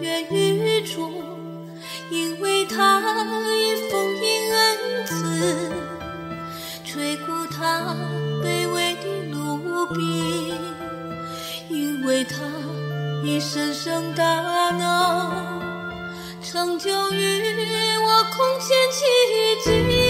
悦于主，因为他以丰盈恩慈吹过他卑微的奴婢，因为他以神圣大能成就于我空前奇迹。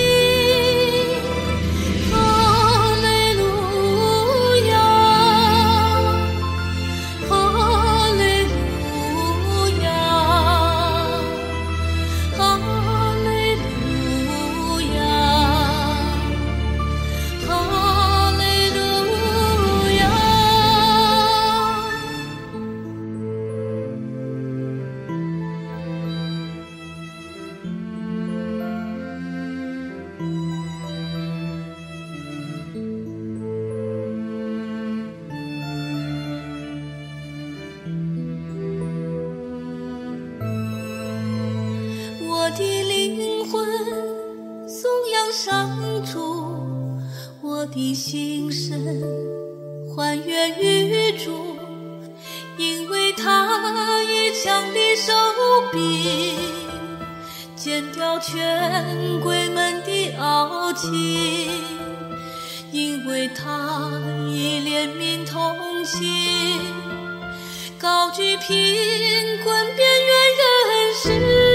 我的灵魂颂扬上主，我的心神欢悦于主，因为他以强力手臂剪掉权贵们的傲气，因为他以怜悯同心高举贫困边缘人士。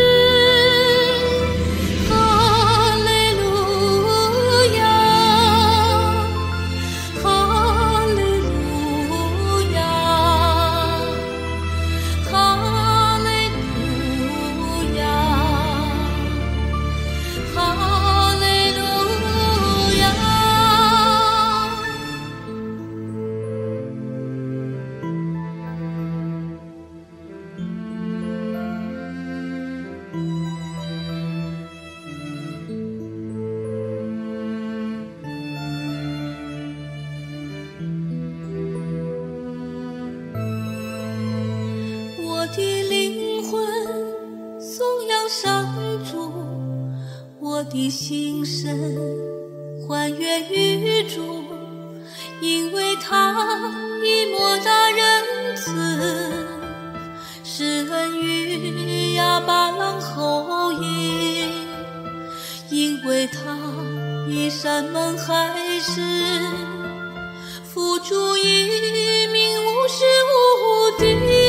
我的灵魂颂扬上主，我的心神欢悦于主，因为他以莫大仁慈施恩于亚巴郎后裔，因为他以山盟海誓付诸一命无时无敌。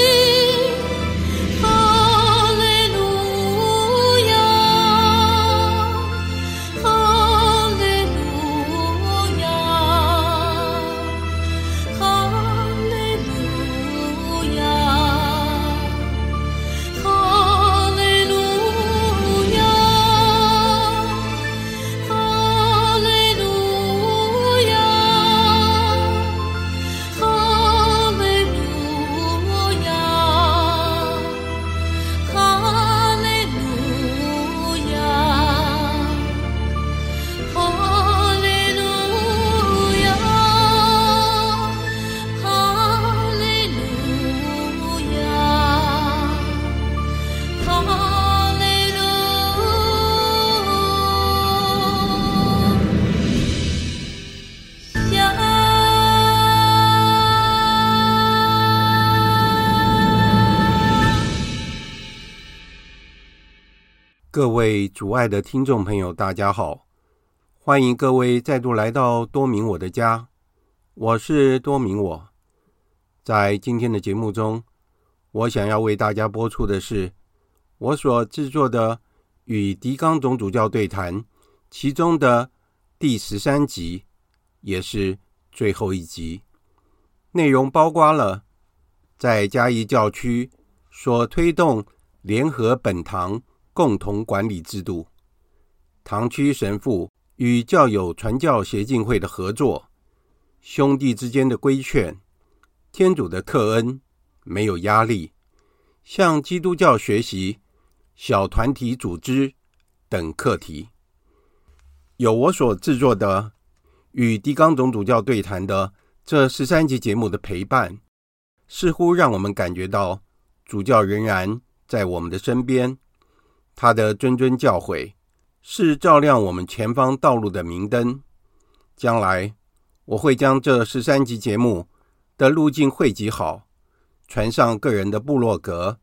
各位主爱的听众朋友，大家好，欢迎各位再度来到多明我的家，我是多明我。在今天的节目中，我想要为大家播出的是我所制作的与狄刚总主教对谈其中的第13集，也是最后一集。内容包括了在嘉义教区所推动联合本堂共同管理制度，堂区神父与教友传教协进会的合作，兄弟之间的规劝，天主的特恩，没有压力，向基督教学习，小团体组织等课题。有我所制作的与狄刚总主教对谈的这13集节目的陪伴，似乎让我们感觉到主教仍然在我们的身边，他的谆谆教诲是照亮我们前方道路的明灯。将来我会将这13集节目的路径汇集好，传上个人的部落格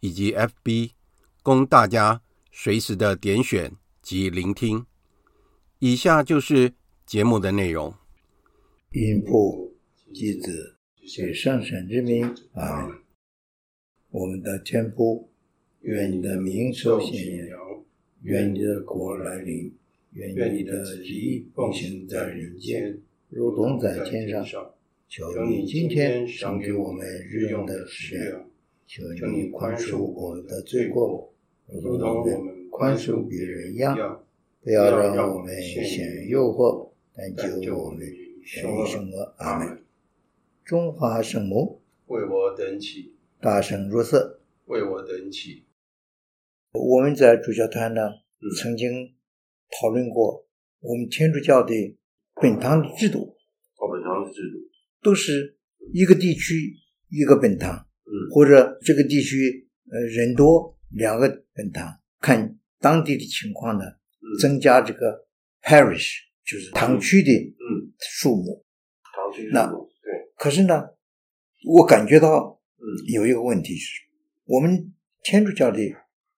以及 FB， 供大家随时的点选及聆听。以下就是节目的内容。 因父及子及圣神之名，阿们。我们的天父，愿你的名受显扬，愿你的国来临，愿你的旨意奉行在人间，如同在天上。求你今天赏给我们日用的食粮，求你宽恕我们的罪过，如同我们宽恕别人一样。不要让我们陷于诱惑，但救我们免于凶恶。阿们。中华圣母， 为我等起； 大圣若瑟， 为我等起。 我们在主教团呢，曾经讨论过我们天主教的本堂的制度。 本堂的制度都是一个地区一个本堂，或者这个地区人多两个本堂，看当地的情况呢，增加这个 parish 就是堂区的数目。 堂区数那目对。 可是呢，我感觉到有一个问题是，我们天主教的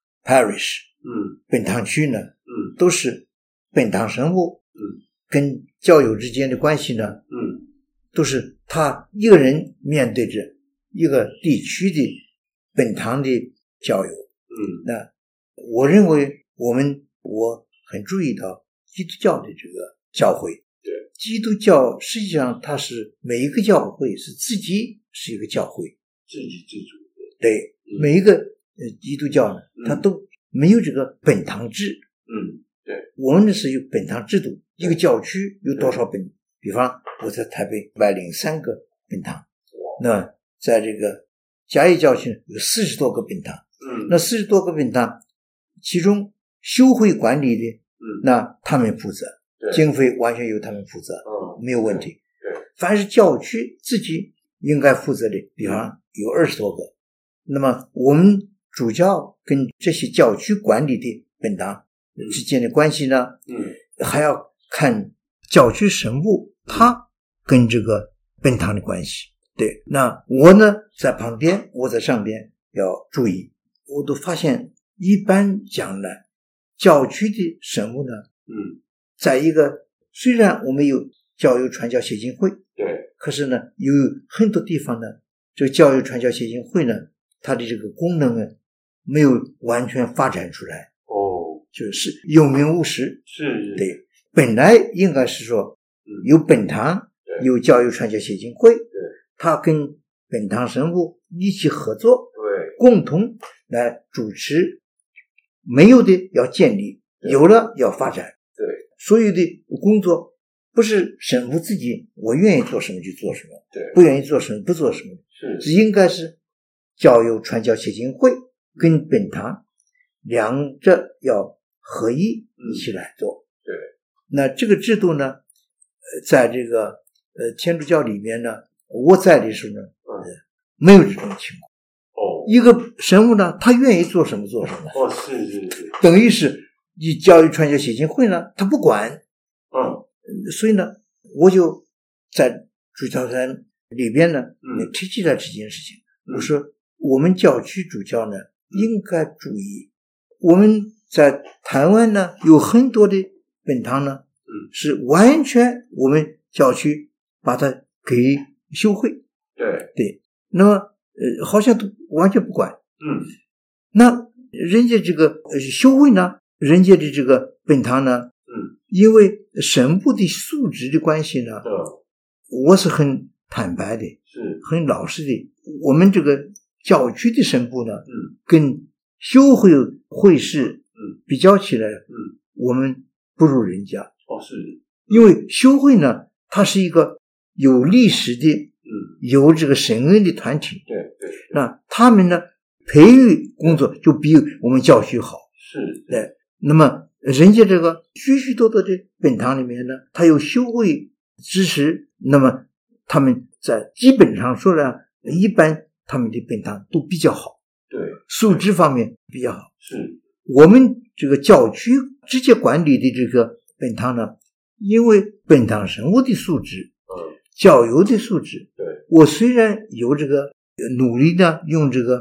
parish 本堂区呢，都是本堂神父跟教友之间的关系呢，都是他一个人面对着一个地区的本堂的教友。那我认为我很注意到基督教的这个教会。 对， 基督教实际上它是每一个教会是自己是一个教会， 自给自足。 对，每一个基督教呢，它都没有这个本堂制。 对， 我们呢是有本堂制度，一个教区有多少本，比方我在台北103个本堂，那在这个嘉义教区有40多个本堂，那40多个本堂，其中修会管理的，那他们负责，经费完全由他们负责，没有问题。 对， 凡是教区自己应该负责的，比方有20多个，那么我们主教跟这些教区管理的本堂之间的关系呢，还要看教区神父他跟这个本堂的关系。对，那我呢在旁边，我在上边要注意。我都发现一般讲呢，教区的神父呢，在一个虽然我们有教友传教协进会， 对， 可是呢有很多地方呢，这个教友传教协进会呢，它的这个功能呢没有完全发展出来。就是有名无实。 是， 对，本来应该是说有本堂，有教友传教协进会，他跟本堂神父一起合作，共同来主持，没有的要建立，有了要发展。 对， 所有的工作不是神父自己我愿意做什么就做什么， 对， 不愿意做什么不做什么，是应该是教友传教协进会跟本堂两者要合一起来做。 对， 那这个制度呢，在这个天主教里面呢，我在的时候呢，没有这种情况。一个神父呢，他愿意做什么做什么。 是， 等于是你教育传教协进会呢，他不管。所以呢，我就在主教团里边呢，也提起了这件事情。我说，我们教区主教呢，应该注意，我们在台湾呢有很多的本堂呢，是完全我们教区把它给修会。对，那么好像都完全不管。那人家这个修会呢，人家的这个本堂呢，因为神父的素质的关系呢，我是很坦白的，是很老实的。我们这个教区的神父呢，跟修会会士比较起来，我们不如人家。 是， 因为修会呢，它是一个有历史的，有这个神恩的团体。对，那他们呢，培育工作就比我们教区好。是，对。那么人家这个许许多多的本堂里面呢，他有修会支持，那么他们在基本上说呢，一般他们的本堂都比较好。对，素质方面比较好。是，我们这个教区直接管理的这个本堂呢，因为本堂神父的素质，教友的素质，对，我虽然有这个努力呢，用这个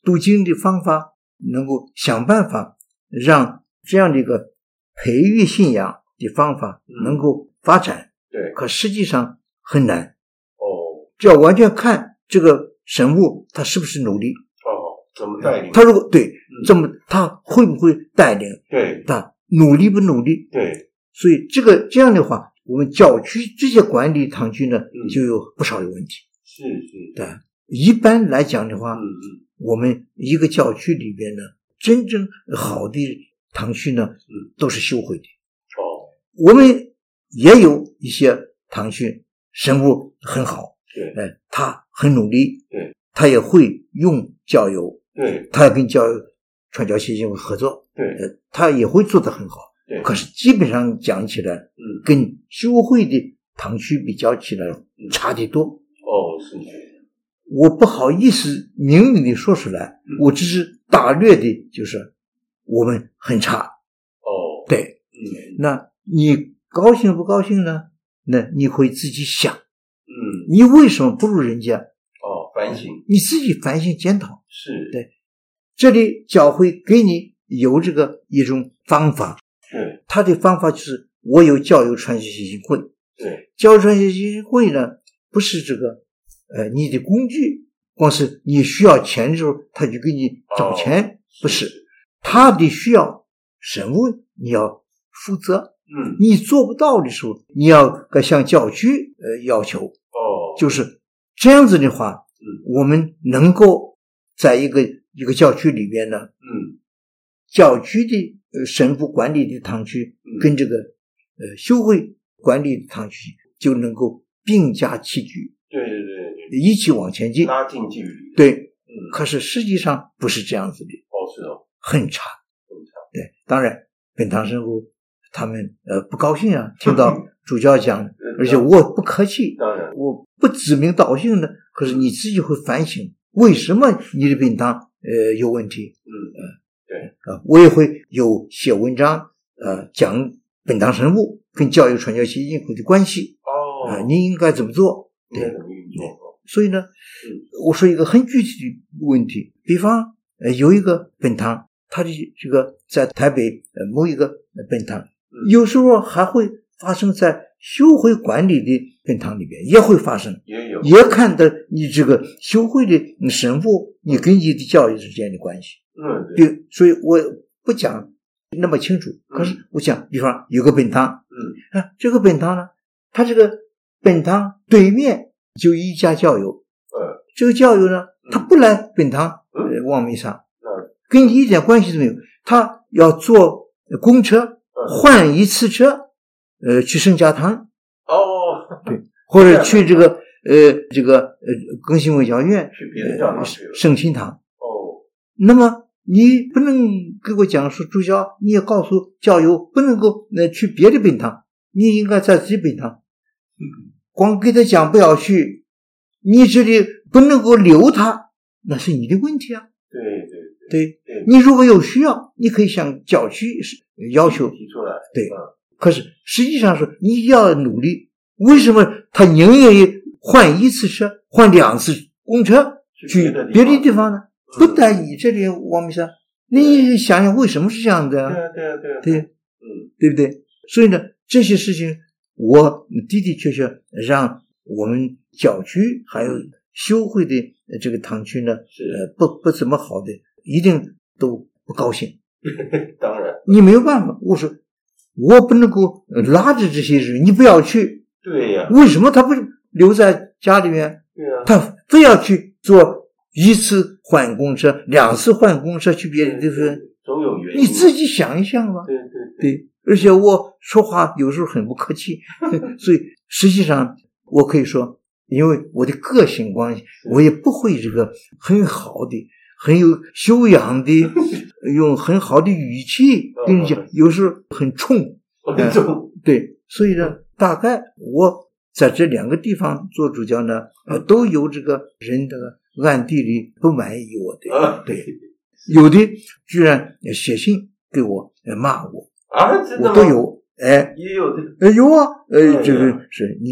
读经的方法能够想办法让这样的一个培育信仰的方法能够发展。 对， 可实际上很难。 这要完全看这个神父他是不是努力。 怎么带领？ 他如果对，他会不会带领？ 对， 他努力不努力？ 对， 所以这样的话，我们教区这些管理堂区呢，就有不少的问题。 是， 对。一般来讲的话，我们一个教区里边呢，真正好的堂区呢，都是修会的。我们也有一些堂区神父很好， 对， 他很努力， 对， 他也会用教友， 对， 他也跟教友传教协进会合作， 对， 他也会做得很好。 对， 可是基本上讲起来，跟修会的堂区比较起来，差得多。 是。 我不好意思明明的说出来，我只是大略的，就是我们很差。对，那你高兴不高兴呢？那你会自己想，你为什么不如人家？ 反省， 你自己反省检讨。 是， 对，这里教会给你有这个一种方法。 对， 他的方法就是我有教友传教协进会。 对， 教友传教协进会呢，不是这个你的工具，光是你需要钱的时候他就给你找钱，不是，他的需要神父你要负责，你做不到的时候你要向教区要求。就是这样子的话，我们能够在一个教区里边呢，教区的神父管理的堂区跟这个修会管理的堂区就能够并驾齐驱。 对， 一起往前进， 拉近距离。 对，可是实际上不是这样子的。 是很差。对，当然本堂神父他们不高兴啊，听到主教讲，而且我不客气， 当然我不指名道姓的，可是你自己会反省，为什么你的本堂有问题？ 对， 我也会有写文章讲本堂神父跟教育传教协进会的关系。你应该怎么做？ 应该怎么运作？ 所以呢，我说一个很具体的问题，比方有一个本堂，他的这个在台北某一个本堂，有时候还会发生在修会管理的本堂里边，也会发生，也看到你这个修会的神父，你跟你的教育之间的关系。对，所以我不讲那么清楚，可是我讲，比方有个本堂，这个本堂呢，他这个本堂对面就一家教友，这个教友呢，他不来本堂望弥撒，跟你一点关系都没有，他要坐公车换一次车去圣家堂，对，或者去这个更新卫教院， 去别的教堂去了， 圣心堂。那么你不能给我讲说主教，你也告诉教友不能够去别的本堂，你应该在自己本堂。光给他讲不要去，你这里不能够留他，那是你的问题啊。对，你如果有需要，你可以向教区要求提出来。 对，可是实际上是你要努力。为什么他宁愿换一次车，换2次公车去别的地方呢？不在你这里望弥撒，你想想为什么是这样的？对不对？所以呢，这些事情我的的确确让我们教区还有修会的这个堂区呢，不怎么好的，一定都不高兴。 当然， 你没有办法。我说我不能够拉着这些人，你不要去。 对呀， 为什么他不留在家里面？ 对呀， 他非要去做1次换公车，2次换公车去别的地方， 总有原因。 你自己想一想吧。对，而且我说话有时候很不客气，所以实际上我可以说，因为我的个性关系，我也不会这个很好的、很有修养的，用很好的语气跟你讲，有时候很冲。对，所以呢，大概我在这2个地方做主教呢，都有这个人的暗地里不满意我的。对，有的居然写信给我骂我。 真的吗？ 我都有。 也有的。 有啊。这个是你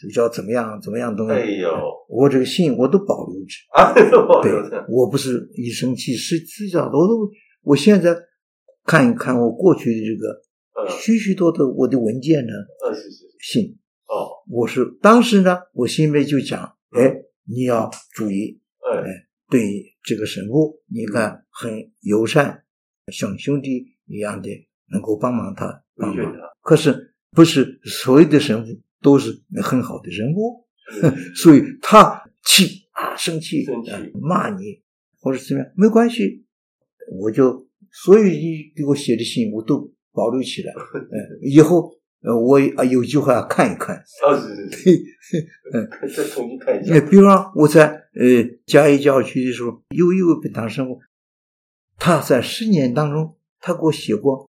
主教怎么样东西。 哎呦， 我这个信我都保留着啊，保留着。 对，我不是一生气是这样的，我现在看一看我过去的这个许许多多我的文件呢，信我是当时呢，我心里面就讲，你要注意，对这个神父，你看很友善，像兄弟一样的，能够帮忙他。可是不是所有的神父都是很好的神父，所以他生气骂你或者怎么样没关系，我就所有你给我写的信我都保留起来，以后我有机会看一看。 再重新看一下。 比方我在嘉义教区的时候，有一位本堂神父，他在10年当中，他给我写过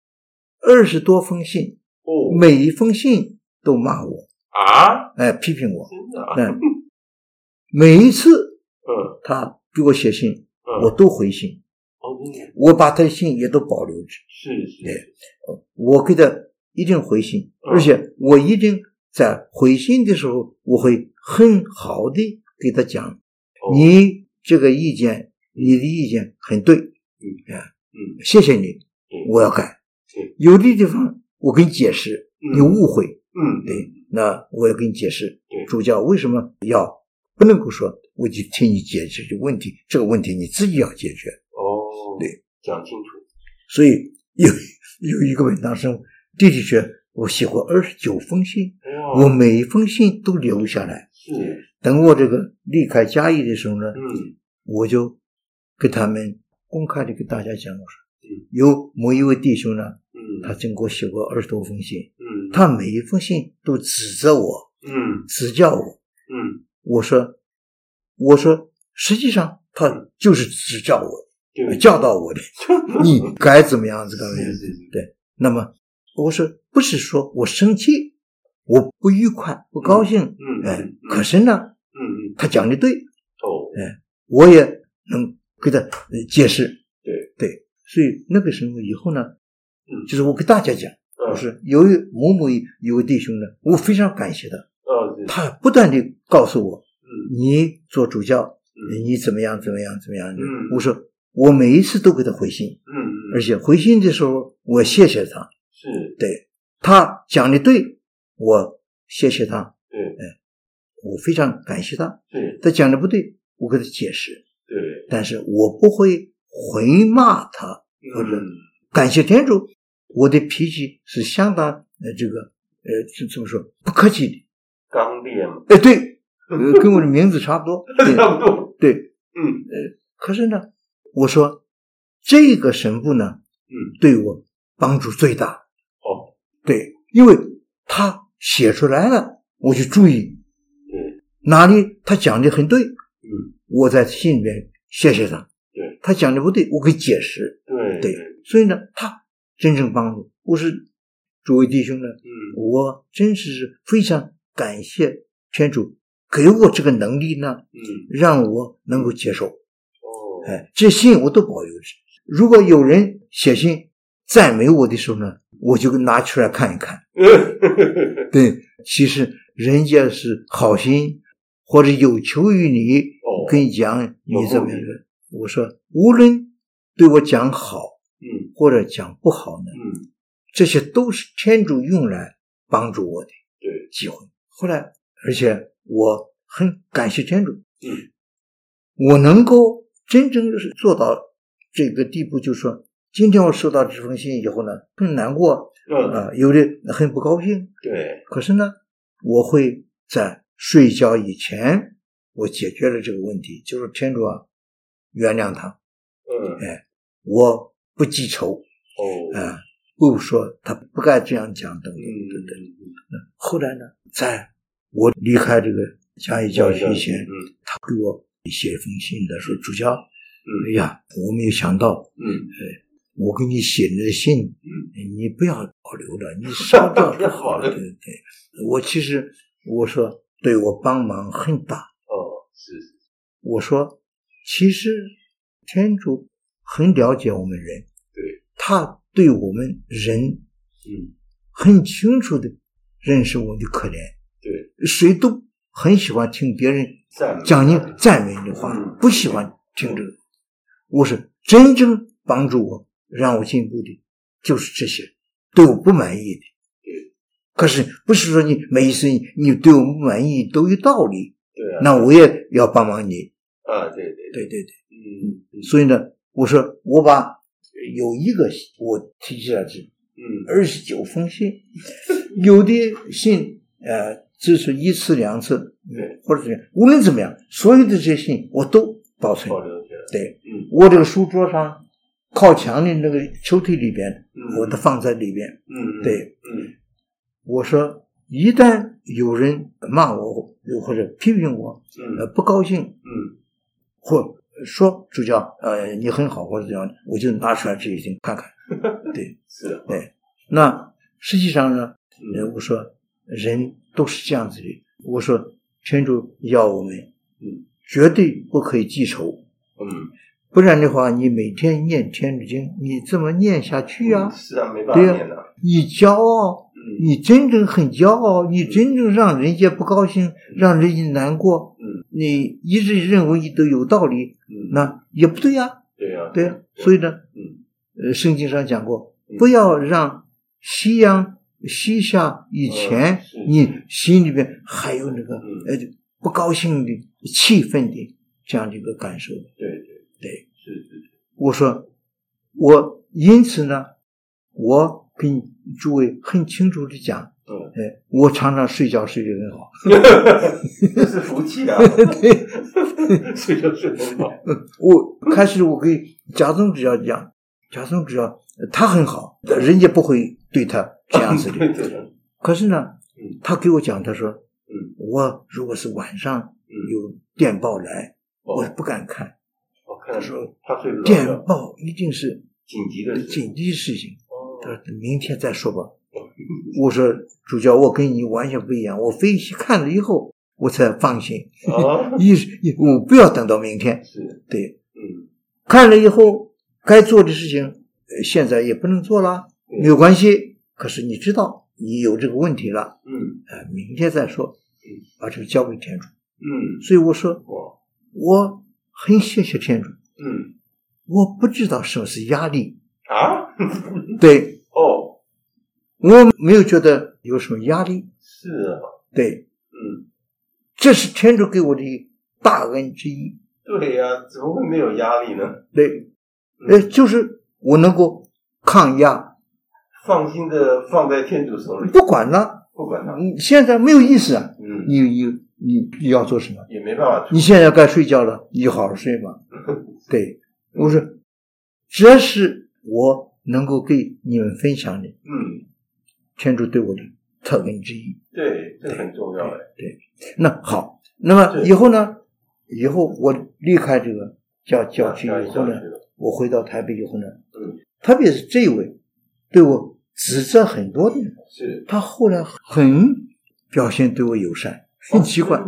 20多封信，每一封信都骂我批评我。每一次他给我写信，我都回信，我把他的信也都保留着。我给他一定回信，而且我一定在回信的时候，我会很好的给他讲，你这个意见，你的意见很对，谢谢你，我要改。有的地方我给你解释，你误会，对，那我要给你解释，主教为什么不能够说我就替你解决这个问题，这个问题你自己要解决。对， 讲清楚。 所以有一个文当时弟弟说，我写过29封信，我每一封信都留下来。等我这个离开嘉义的时候呢，我就跟他们公开的给大家讲，我说有某一位弟兄呢，他真给我写过20多封信，他每一封信都指责我，指教我，我说实际上他就是指教我，教导我的，你该怎么样子干嘛？对，那么我说不是说我生气，我不愉快不高兴，可是呢，他讲的对，我也能给他解释，对，所以那个时候以后呢，就是我给大家讲，我说有位弟兄呢，我非常感谢他，他不断的告诉我，你做主教，你怎么样，我说我每一次都给他回信，而且回信的时候我谢谢他，对，他讲的对，我谢谢他，我非常感谢他，他讲的不对，我给他解释，但是我不会回骂他，或者感谢天主，我的脾气是相当怎么说不客气的， 刚烈嘛， 对，跟我的名字差不多， 差不多， 对，可是呢，我说这个神父呢，对我帮助最大，对，因为他写出来了，我就注意，哪里他讲的很对，我在心里面谢谢他，他讲的不对，我可以解释，对，所以呢，他真正帮助我是诸位弟兄呢，我真是非常感谢天主给我这个能力呢，让我能够接受，这信我都保留着。如果有人写信赞美我的时候呢，我就拿出来看一看，对，其实人家是好心或者有求于你，跟你讲你怎么样，我说无论对我讲好，或者讲不好呢，这些都是天主用来帮助我的机会。后来，而且我很感谢天主，我能够真正是做到这个地步，就是说，今天我收到这封信以后呢，很难过，有的很不高兴，可是呢，我会在睡觉以前，我解决了这个问题，就是天主原谅他，我不记仇，不说他不该这样讲等等。后来呢，在我离开这个嘉义教区以前，他给我写一封信的说，主教，哎呀，我没有想到，我给你写的信，你不要保留了，你烧掉就好了。对，我其实我说对我帮忙很大。我说其实天主很了解我们人，他对我们人很清楚的认识我们的可怜， 谁都很喜欢听别人讲你赞美的话，不喜欢听这个。我说真正帮助我让我进步的就是这些对我不满意的。可是不是说你每一次你对我不满意都有道理， 对啊， 那我也要帮忙你啊，对， 所以呢，我说我把有一个我提起来是29封信，有的信只是1次2次，或者是无论怎么样，所有的这些信我都保存。对，我这个书桌上靠墙的那个抽屉里边，我都放在里边。对，我说一旦有人骂我或者批评我，不高兴，或说主教你很好或者怎样，我就拿出来这一经看看。对， 是的， 对。那实际上呢，我说人都是这样子的。我说天主要我们，绝对不可以记仇，不然的话，你每天念天主经，你怎么念下去啊？ 是啊，没办法念了。 你骄傲，你真正很骄傲，你真正让人家不高兴，让人家难过，你一直认为你都有道理，那也不对呀。对呀。所以呢，圣经上讲过，不要让夕阳西下以前，你心里边还有那个不高兴的气愤的这样的一个感受。对，是。我说我因此呢，我跟诸位很清楚的讲，我常常睡觉睡得很好。 这是福气啊。 对， 睡觉睡得很好。 我开始我给贾总主教讲，贾总主教他很好，人家不会对他这样子的。可是呢，他给我讲，他说，我如果是晚上有电报来，我不敢看。他说电报一定是紧急事情。他说明天再说吧。我说主教，我跟你完全不一样，我非去看了以后我才放心。我不要等到明天。对，看了以后该做的事情现在也不能做了，没有关系。可是你知道你有这个问题了，明天再说，把这个交给天主。所以我说我很谢谢天主。我不知道什么是压力啊。 对，我没有觉得有什么压力。 是啊。对， 这是天主给我的大恩之一。 对呀，怎么会没有压力呢？ 对，就是我能够抗压， 放心的放在天主手里， 不管了，现在没有意思啊。你要做什么也没办法。 你现在该睡觉了，你就好好睡吧。对，我说这是我能够给你们分享的，天主对我的特恩之一。 对，这很重要。 对，那好，那么以后呢？以后我离开这个教区以后呢，我回到台北以后呢，特别是这一位对我指责很多的人，他后来很表现对我友善，很奇怪。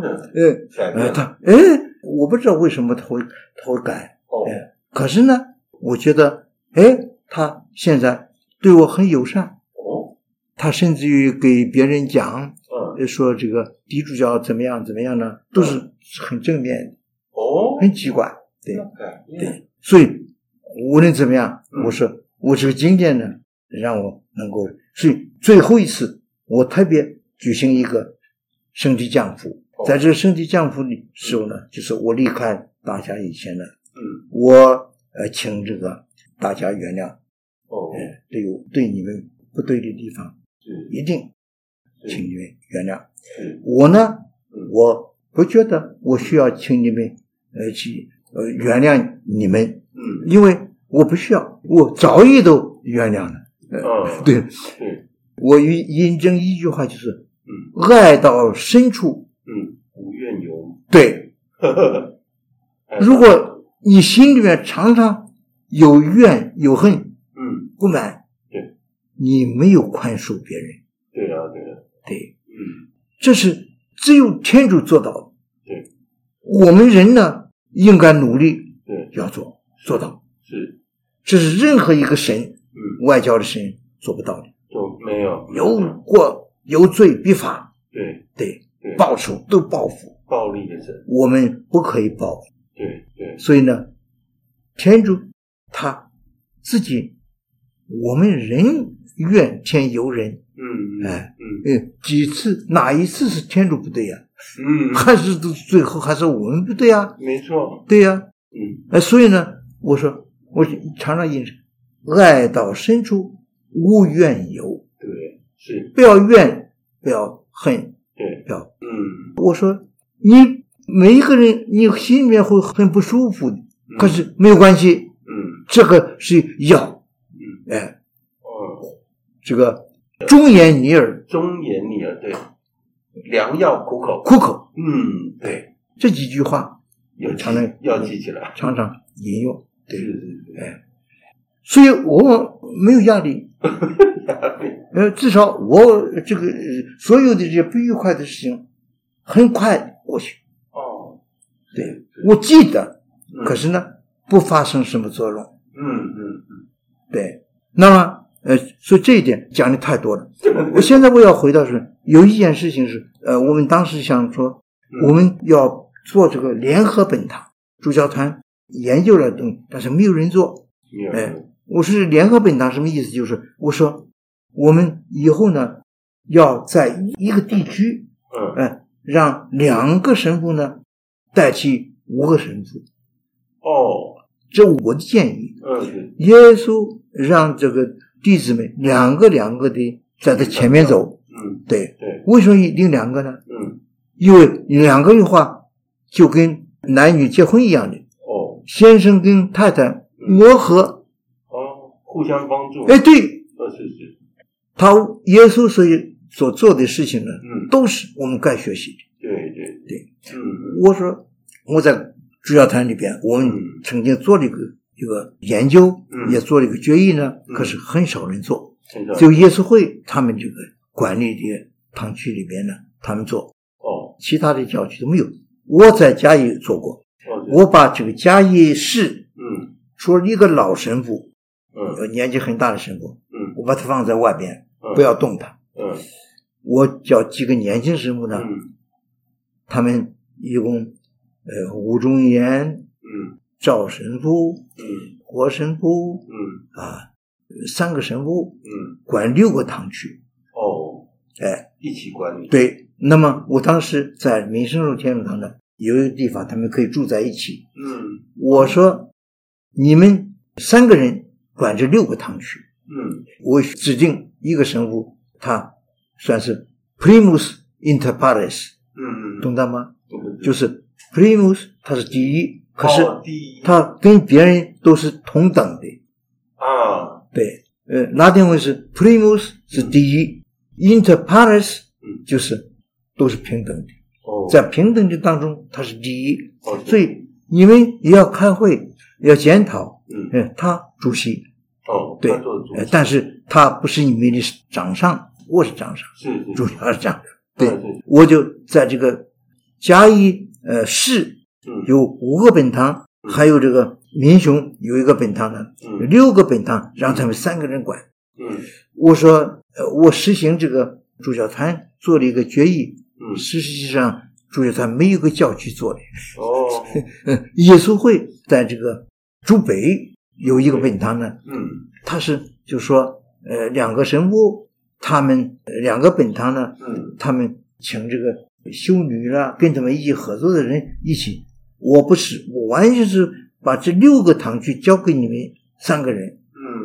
我不知道为什么他会改。可是呢，我觉得他现在对我很友善。他甚至于给别人讲，说这个狄主教怎么样呢，都是很正面的。很奇怪。对，所以无论怎么样，我说我这个经典呢，让我能够，所以最后一次我特别举行一个圣体降福。在这个圣体降福的时候呢，就是我离开大家以前呢，我请这个大家原谅，对你们不对的地方，一定请你们原谅。我呢，我不觉得我需要请你们去原谅你们，因为我不需要，我早已都原谅了。对，我印证一句话，就是爱到深处， 无怨尤。 对，如果你心里面常常有怨有恨，不满，你没有宽恕别人。对，这是只有天主做到的。我们人呢，应该努力要做到。这是任何一个神，外教的神做不到的。 没有， 有过有罪必罚。对， 报仇都报复， 暴力的神， 我们不可以报复。 对， 所以呢，天主他自己，我们人怨天尤人，几次哪一次是天主不对呀？还是最后还是我们不对呀？ 没错， 对呀，所以呢，我说我常常引申，爱到深处无怨尤， 对，是不要怨，不要恨， 对， 不要，我说你每一个人，你心里面会很不舒服的，可是没有关系，这个是药，这个忠言逆耳， 对，良药苦口，对， 这几句话常常要记起来， 常常引用，对， 是， 所以我没有压力，至少我这个所有的这些不愉快的事情很快过去，对，我记得，可是呢，不发生什么作用，对，那么所以这一点讲的太多了。现在我要回到是有一件事情是，我们当时想说，我们要做这个联合本堂，主教团研究了东西，但是没有人做。我说联合本堂什么意思？就是我说我们以后呢，要在一个地区，让2个神父呢代替5个神父。这我的建议。耶稣让这个弟子们两个的在他前面走。对，为什么一定2个呢？因为2个的话就跟男女结婚一样的。先生跟太太磨合。 互相帮助。 对。 是。 他耶稣所做的事情呢，都是我们该学习的。对。我说我在主教团里边，我们曾经做了一个研究，也做了一个决议呢，可是很少人做，只有耶稣会他们这个管理的堂区里边呢，他们做，其他的教区都没有。我在嘉义做过，我把这个嘉义市，除了一个老神父，年纪很大的神父，我把他放在外边，不要动他，我叫几个年轻神父呢，他们一共吴忠言，赵神父，郭神父，3个神父，管6个堂区。 一起管理。 对，那么我当时在民生路天主堂呢，有一个地方他们可以住在一起。我说你们3个人管这6个堂区。我指定一个神父，他算是 primus inter pares。懂得吗？就是 primus 他是第一，可是他跟别人都是同等的。对，拉丁文是 primus 是第一，inter pares 就是都是平等的。在平等的当中他是第一。所以你们也要开会，要检讨。他主席。对，但是他不是你们的掌上，我是掌上，主要是这样的。对，我就在这个嘉义市有5个本堂，还有这个民雄有1个本堂呢，6个本堂让他们3个人管。我说我实行这个主教团做了一个决议，实际上主教团没有个教区做的。耶稣会在这个竹北有1个本堂呢，他是就说2个神父，他们2个本堂呢，他们请这个修女啦，跟他们一起合作的人一起。我不是，我完全是把这6个堂区交给你们3个人。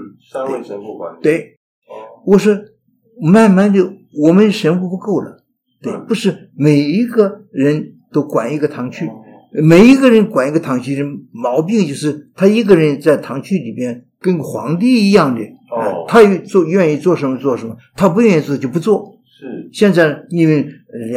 3位神父管理。 对，我说慢慢的我们神父不够了。对，不是每一个人都管一个堂区，每一个人管一个堂区的毛病就是他一个人在堂区里边跟皇帝一样的。他愿意做什么做什么，他不愿意做就不做。现在你们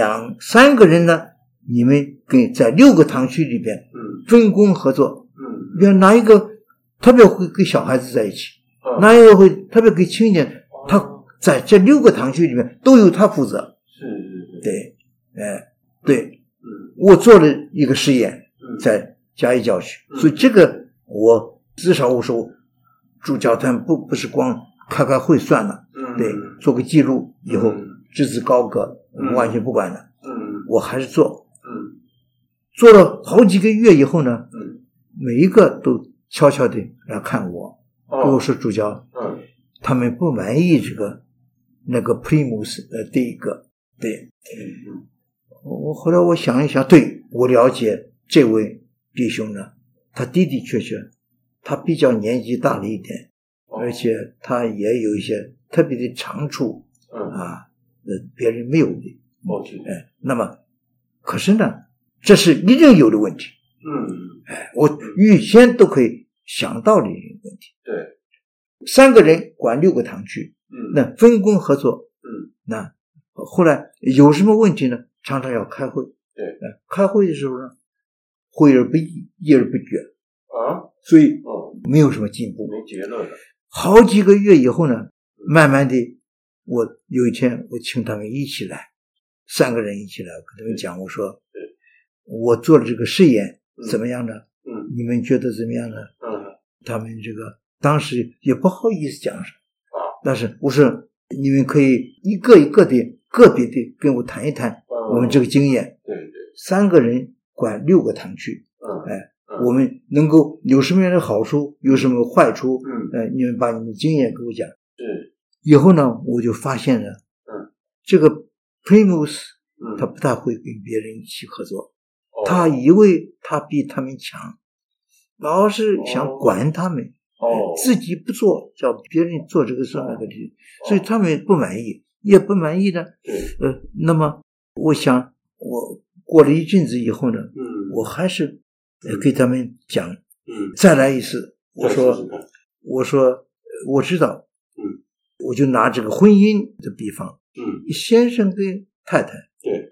2-3个人呢，你们跟在6个堂区里边分工合作。比如哪一个特别会跟小孩子在一起，哪一个会特别跟青年，他在这6个堂区里面都由他负责。对，对，我做了一个实验，在嘉义教区，所以这个我至少我说主教团不是光开会算了，对，做个记录以后，质子高阁完全不管了。 我还是做，做了好几个月以后呢，每一个都悄悄的来看我，跟我说主教，他们不满意这个那个 Primus 第一个，对，我后来我想一想，对，我了解这位弟兄呢，他的的确确，他比较年纪大了一点，而且他也有一些特别的长处，别人没有的，那么可是呢，这是一定有的问题，我预先都可以想到的一个问题， 对 ，3个人管6个堂区，那分工合作，那后来有什么问题呢？常常要开会， 对， 开会的时候呢，会而不议，议而不决，所以没有什么进步， 没结论了。 好几个月以后呢，慢慢的，我有一天我请他们一起来，3个人一起来，我跟他们讲，我说，我做了这个试验怎么样呢？你们觉得怎么样呢？他们这个当时也不好意思讲什么，但是我说你们可以一个一个的个别的跟我谈一谈我们这个经验。 对 ，3个人管6个堂区，我们能够有什么样的好处，有什么坏处，你们把你们的经验给我讲。以后呢，我就发现了，这个 Primus 他不太会跟别人一起合作，他以为他比他们强，老是想管他们，自己不做，叫别人做这个做那个的，所以他们不满意，也不满意呢。那么我想，我过了一阵子以后呢，我还是给他们讲，再来一次。我说，我知道，我就拿这个婚姻的比方，先生跟太太，对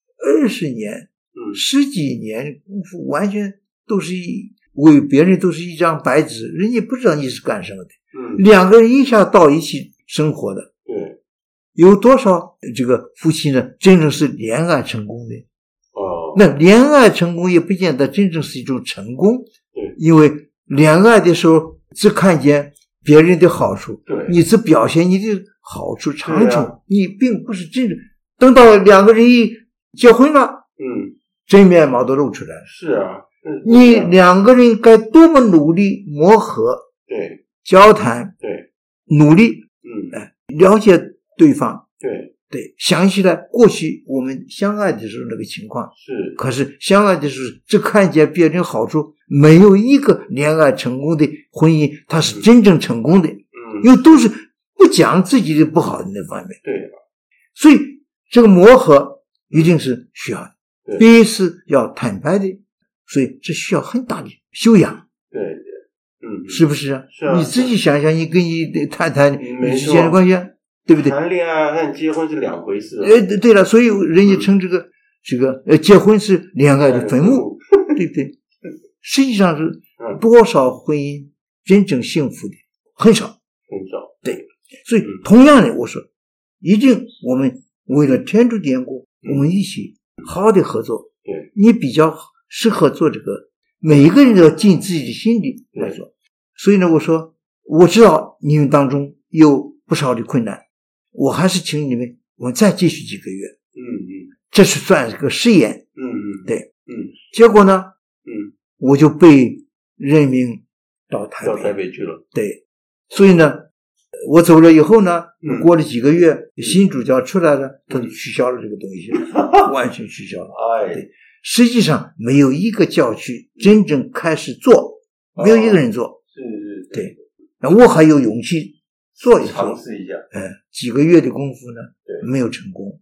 ，20年，10几年功夫，完全都是为别人都是一张白纸，人家不知道你是干什么的。2个人一下到一起生活的，对，有多少这个夫妻呢？真正是恋爱成功的。那恋爱成功也不见得真正是一种成功，对，因为恋爱的时候只看见别人的好处，对，你只表现你的好处长处，你并不是真正。等到2个人一结婚了，真面貌都露出来了。是啊，你2个人该多么努力磨合，对，交谈，对，努力，了解对方，对，想起来过去我们相爱的时候那个情况，可是相爱的时候只看见别人好处，没有一个恋爱成功的婚姻它是真正成功的，因为都是不讲自己的不好的那方面，对，所以这个磨合一定是需要的，彼此要坦白的，所以这需要很大的修养，对，是不是啊？是啊，你自己想想，你跟你的太太你之间的关系，对不对？谈恋爱和结婚是2回事。对了，所以人家称这个结婚是恋爱的坟墓，对不对？实际上是多少婚姻真正幸福的很少，对。所以同样的，我说一定我们为了天主典故，我们一起好好的合作。对，你比较适合做这个，每一个人都要尽自己的心力来做。所以呢，我说我知道你们当中有不少的困难，我还是请你们，我们再继续几个月。这是算是个试验。对。结果呢，我就被任命到台北去了。对。所以呢，我走了以后呢，过了几个月，新主教出来了，他就取消了这个东西，完全取消了。对。实际上没有一个教区真正开始做，没有一个人做。对。我还有勇气做一做，尝试一下。几个月的功夫呢，没有成功。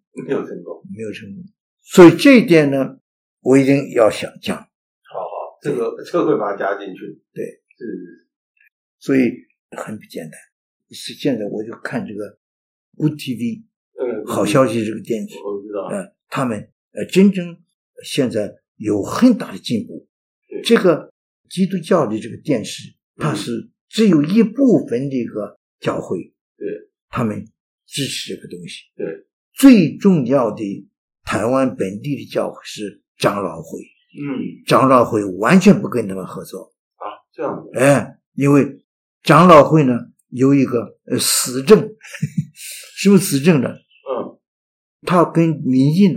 所以这一点呢，我一定要想讲。好，这个会把它加进去。对，是。所以很不简单。现在我就看这个 Good TV，好消息这个电视，我知道。他们真正现在有很大的进步。这个基督教的这个电视，它是只有一部分的一个教会，对，他们支持这个东西。对，最重要的台湾本地的教会是长老会。长老会完全不跟他们合作。这样的。因为长老会呢有一个死症，什么死症呢？他跟民进党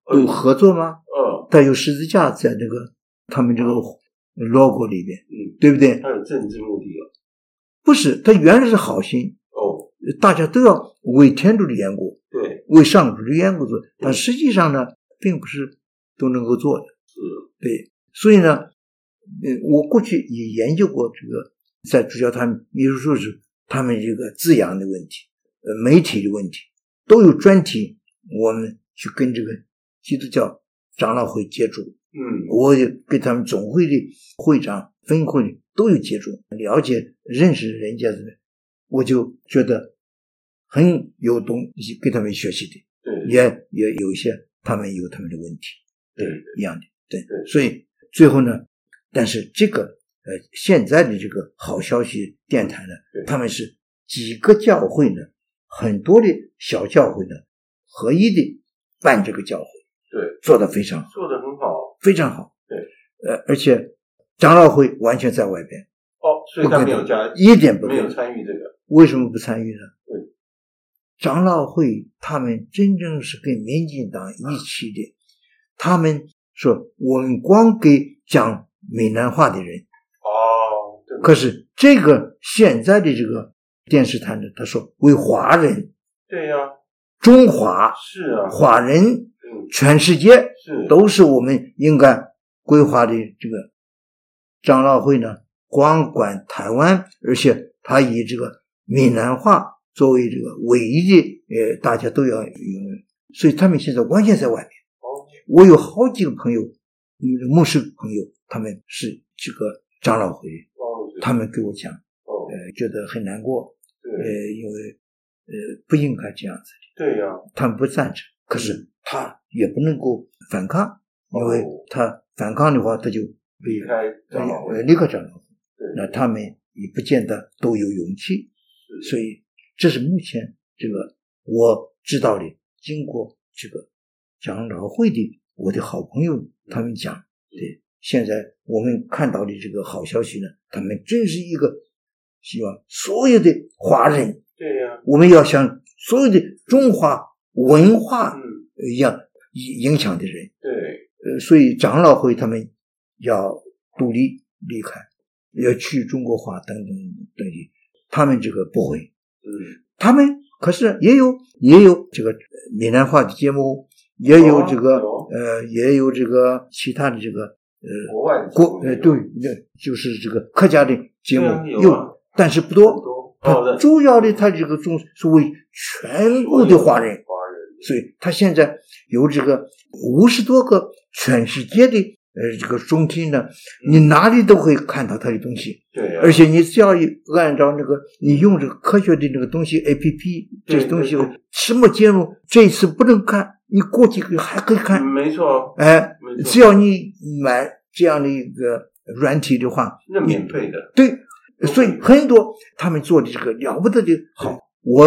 有合作吗？它有十字架在这个他们这个 logo 里边，对不对？ 它有政治目的了？ 不是，它原来是好心，大家都要为天主的缘故， 对， 为上主的缘故做，但实际上呢，并不是都能够做的，对，所以呢，我过去也研究过这个，在主教团秘书处时，他们这个字样的问题，媒体的问题，都有专题，我们去跟这个基督教长老会接触，我也跟他们总会的会长、分会都有接触，了解、认识人家的，我就觉得很有东西跟他们学习的，也有一些他们有他们的问题，对，一样的，对，所以最后呢，但是这个现在的这个好消息电台呢，他们是几个教会呢，很多的小教会呢，合一的办这个教会，对，做得非常好， 做得很好， 非常好， 对， 而且长老会完全在外边， 所以他没有加， 一点不没有参与这个， 为什么不参与呢？ 对， 长老会他们真正是跟民进党一起的，他们说我们光给讲闽南话的人，可是这个现在的这个电视台呢，他说为华人， 对呀， 中华是啊， 华人，全世界都是我们应该规划的这个长老会呢，光管台湾，而且他以这个闽南话作为这个唯一的大家都要用，所以他们现在完全在外面。我有好几个朋友，牧师朋友，他们是这个长老会的，他们给我讲，觉得很难过，因为不应该这样子的，对呀，他们不赞成，可是他也不能够反抗，因为他反抗的话，他就离开长老会，那他们也不见得都有勇气，所以这是目前这个我知道的，经过这个长老会的我的好朋友他们讲，对，现在我们看到的这个好消息呢，他们真是一个希望所有的华人，对呀，我们要像所有的中华文化一样影响的人，对，所以长老会他们要独立离开，要去中国化等等等等，他们这个不会，他们可是也有这个闽南话的节目，也有这个也有这个其他的这个国外的对，就是这个客家的节目有，但是不多，他主要的他这个是为全部的华人，所以他现在有这个50多个全世界的这个中心呢，你哪里都会看到他的东西，对，而且你只要按照那个你用这个科学的那个东西 APP 这些东西，什么节目这次不能看，你过几个还可以看， 没错， 只要你买这样的一个软体的话， 那免费的， 对，所以很多他们做的这个了不得的好。我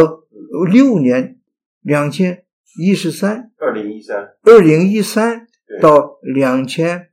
6年2013到2022，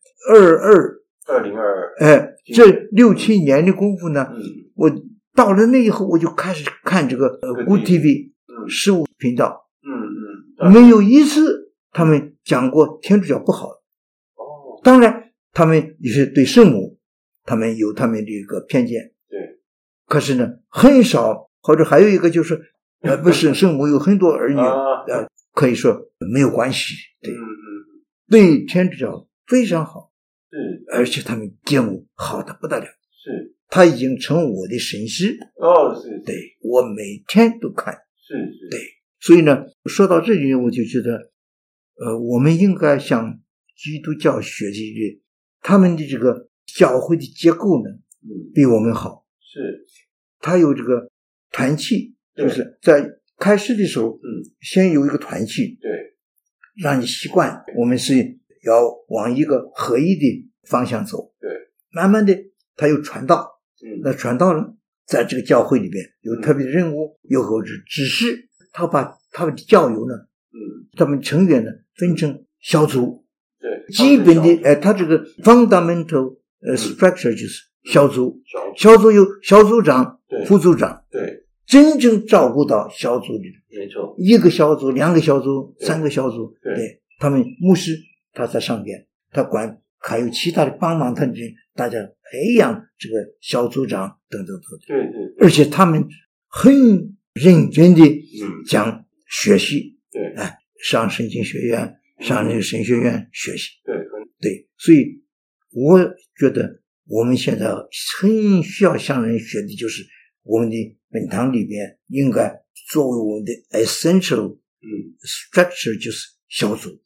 这6-7年的功夫呢，我到了那以后，我就开始看这个Good TV 15频道，没有一次他们讲过天主教不好，当然他们也是对圣母，他们有他们的一个偏见，对，可是呢很少，或者还有一个就是不是圣母有很多儿女，可以说没有关系，对天主教非常好，而且他们节目好的不得了，他已经成我的神师，对，我每天都看，对，所以呢说到这里我就觉得我们应该向基督教学习的，他们的这个教会的结构呢比我们好，他有这个团契，就是在开始的时候先有一个团契，对，让你习惯我们是要往一个合一的方向走，对，慢慢的他有传道，那传道呢在这个教会里边有特别的任务，有或者指示，他把他们的教友呢他们成员呢分成小组，对，基本的他这个 fundamental structure 就是小组有小组长、副组长，对，真正照顾到小组里，没错，1个小组、2个小组、3个小组，对， 他们牧师他在上边，他管还有其他的帮忙他的人，大家培养这个小组长等等等等。 对对， 而且他们很认真的讲学习， 对， 哎，上圣经学院，上那个神学院学习， 对， 所以我觉得我们现在很需要向人学的，就是我们的本堂里边应该作为我们的 essential structure，就是小组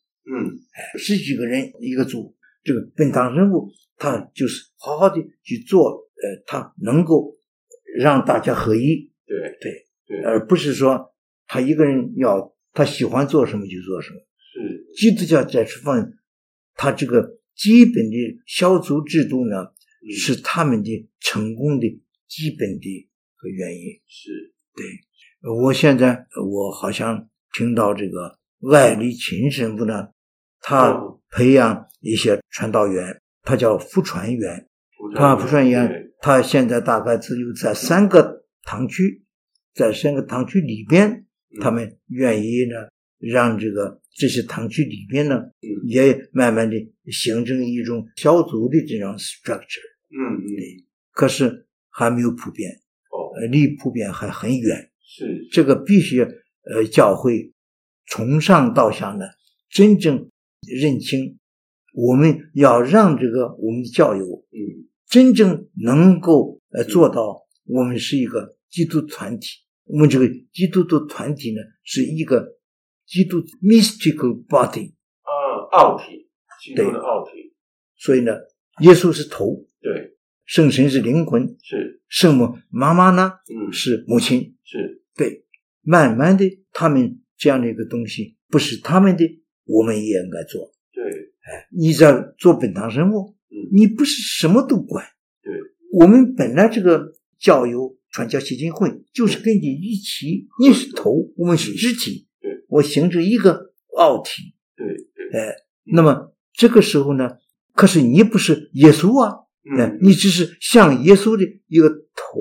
，10几个人一个组，这个本堂任务他就是好好的去做，他能够让大家合一，对，而不是说他一个人他喜欢做什么就做什么。 是基督教在这方面，他这个基本的小组制度呢，是他们的成功的基本的原因。 是， 对。我现在我好像听到这个艾立勤神父呢，他培养一些传道员，他叫福传员，他现在大概只有在3个堂区，在3个堂区里边，他们愿意呢让这些堂区里边呢，也慢慢的形成一种小组的这种 structure。可是还没有普遍，离普遍还很远。 是这个必须教会从上到下呢，真正认清，我们要让我们的教友真正能够做到，我们是一个基督团体。我们这个基督的团体呢，是一个基督 mystical body， 奥体，基督的奥体。 所以呢，耶稣是头， 对， 圣神是灵魂， 是圣母妈妈呢，是母亲， 是， 对。慢慢的，他们这样的一个东西不是他们的，我们也应该做。 对， 你在做本堂生活，你不是什么都管。 对， 我们本来这个教友传教基金会就是跟你一起，你是头，我们是肢体， 对， 我形成一个奥体。 对， 那么这个时候呢，可是你不是耶稣啊，你只是像耶稣的一个头。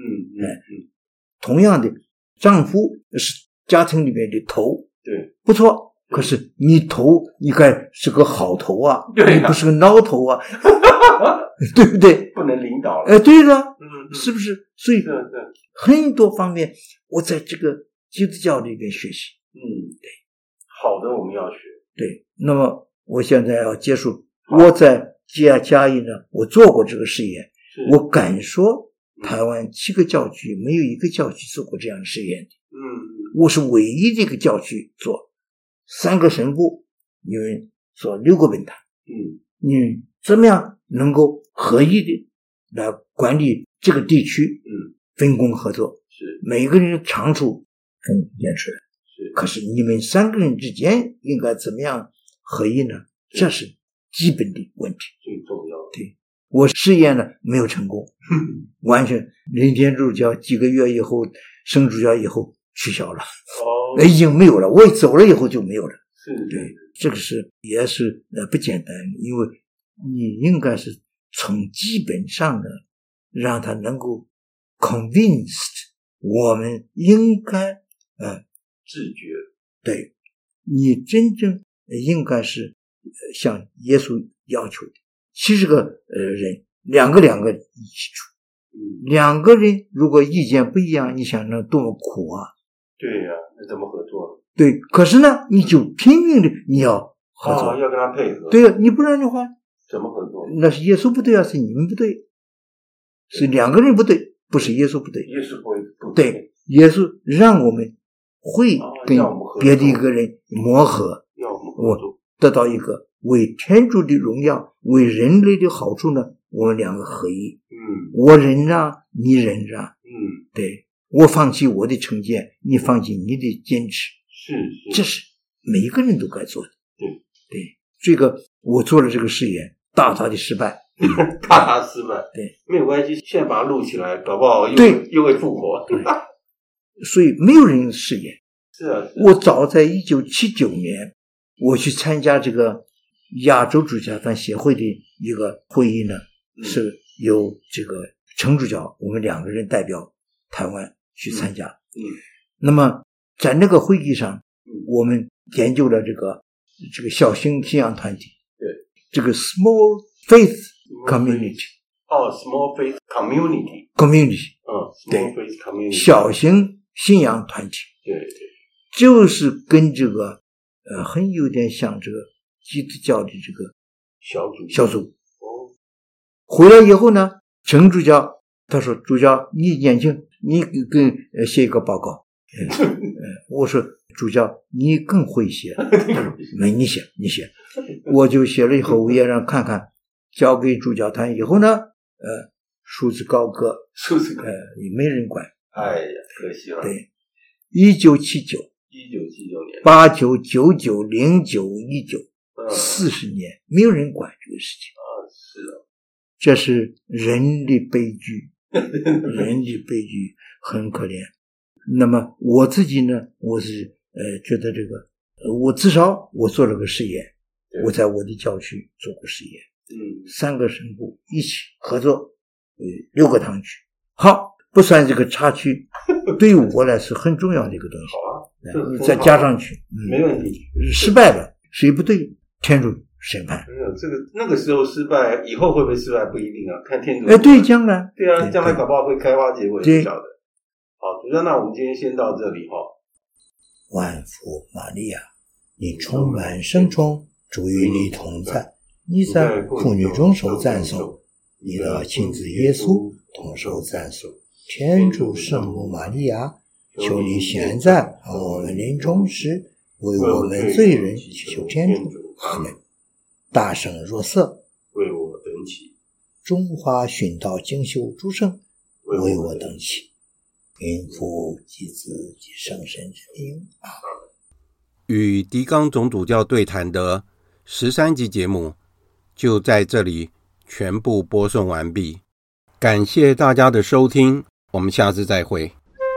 同样的，丈夫是家庭里面的头， 对， 不错。可是你头，你该是个好头啊， 对， 你不是个孬头啊，对不对？ 不能领导了。 对的，是不是？所以是很多方面，我在这个基督教里边学习。 对，好的，我们要学。 对，那么我现在要结束。我在嘉义呢，我做过这个试验，我敢说台湾7个教区没有一个教区做过这样的试验的。我是唯一的一个教区做，3个神父，你们做6个本堂。你怎么样能够合一的来管理这个地区？分工合作， 是每个人的长处分辨出来。可是你们3个人之间应该怎么样合一呢？这是基本的问题， 最重要的。 对，我试验了没有成功，完全人间主教几个月以后，圣主教以后取消了，已经没有了。我一走了以后就没有了。对，这个是也是不简单，因为你应该是从基本上的让他能够 convinced， 我们应该自觉。 对，你真正应该是像耶稣要求的70个人，两个一起住。2个人如果意见不一样，你想那多么苦啊！ 对呀，那怎么合作呢？ 对，可是呢，你就拼命的你要合作， 要跟他配合。 对呀，你不然的话怎么合作？ 那是耶稣不对啊，是你们不对，是2个人不对，不是耶稣不对。 耶稣不对，耶稣让我们会跟别的一个人磨合，我得到一个为天主的荣耀，为人类的好处呢，我们2个合一。我忍让，你忍让。对，我放弃我的成见，你放弃你的坚持。这是每一个人都该做的。对，这个我做了这个试验，大大的失败。 大失败。 对， 没有关系，现在把它录起来，搞不好又会复活。 所以没有人试验。 是啊。 我早在1979年，我去参加这个亚洲主教团协会的一个会议呢，是由这个程主教，我们2个人代表台湾去参加。那么在那个会议上，我们研究了这个这个小型信仰团体， 对， 这个 small faith community， small faith community， 对 small faith community， 小型信仰团体， 对， 就是跟这个很有点像这个基督教的这个小组。回来以后呢，陈主教他说：“主教，你年轻，你跟写一个报告。”我说：“主教，你更会写。”没，你写。我就写了以后，我也让看看，交给主教团以后呢，束之高阁，也没人管。 哎呀，可惜了。 对，1979年，89、99、09、19， 40年没有人管这个事情。 是啊，这是人的悲剧，人的悲剧很可怜。那么我自己呢，我是觉得这个我至少我做了个实验，我在我的教区做过实验，3个神父一起合作，6个堂区，好，不算这个插区，对于我来说很重要的一个东西，再加上去， 没问题。 失败了，谁不对，天主审判。 没有这个那个时候失败，以后会不会失败不一定啊，看天主。 对，将来对啊，将来搞不好会开花结果，也不晓得。好，主教，那我们今天先到这里哈。 万福玛利亚，你充满圣宠，主与你同在，你在妇女中受赞颂，你的亲子耶稣同受赞颂。天主圣母玛利亚，求你现在和我们临终时为我们罪人祈求天主。阿门。大圣若瑟， 为我等起。 中华殉道精修诸圣，为我等起。因父及子及圣神之名。阿门。 与狄刚总主教对谈的13集节目就在这里全部播送完毕，感谢大家的收听，我们下次再会。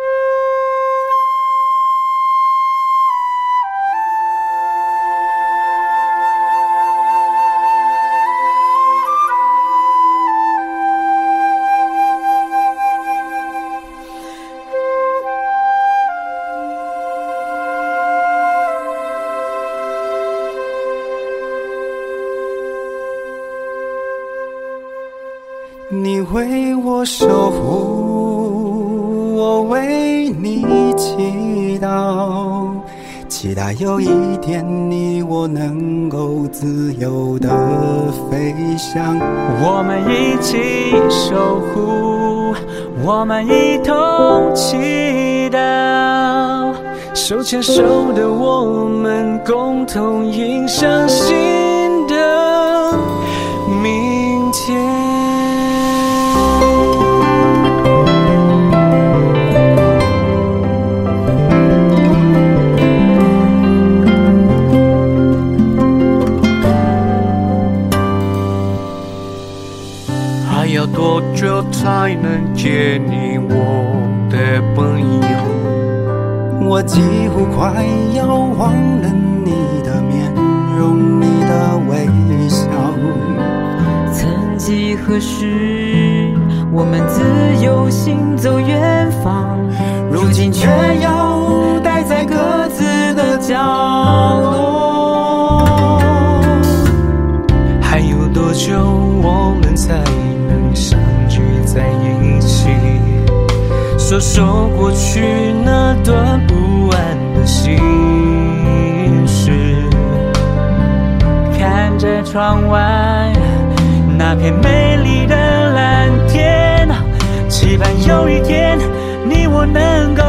你为我守护，我为你祈祷，期待有一天你我能够自由地飞翔。我们一起守护，我们一同祈祷，手牵手的我们共同迎向新的明天。要多久才能见你我的朋友？我几乎快要忘了你的面容，你的微笑。 曾几何时，我们自由行走远方， 如今却要待在各自的角落。还有多久我们才能相聚在一起，说说过去那段不安的心事。 看着窗外那片美丽的蓝天，期盼有一天你我能够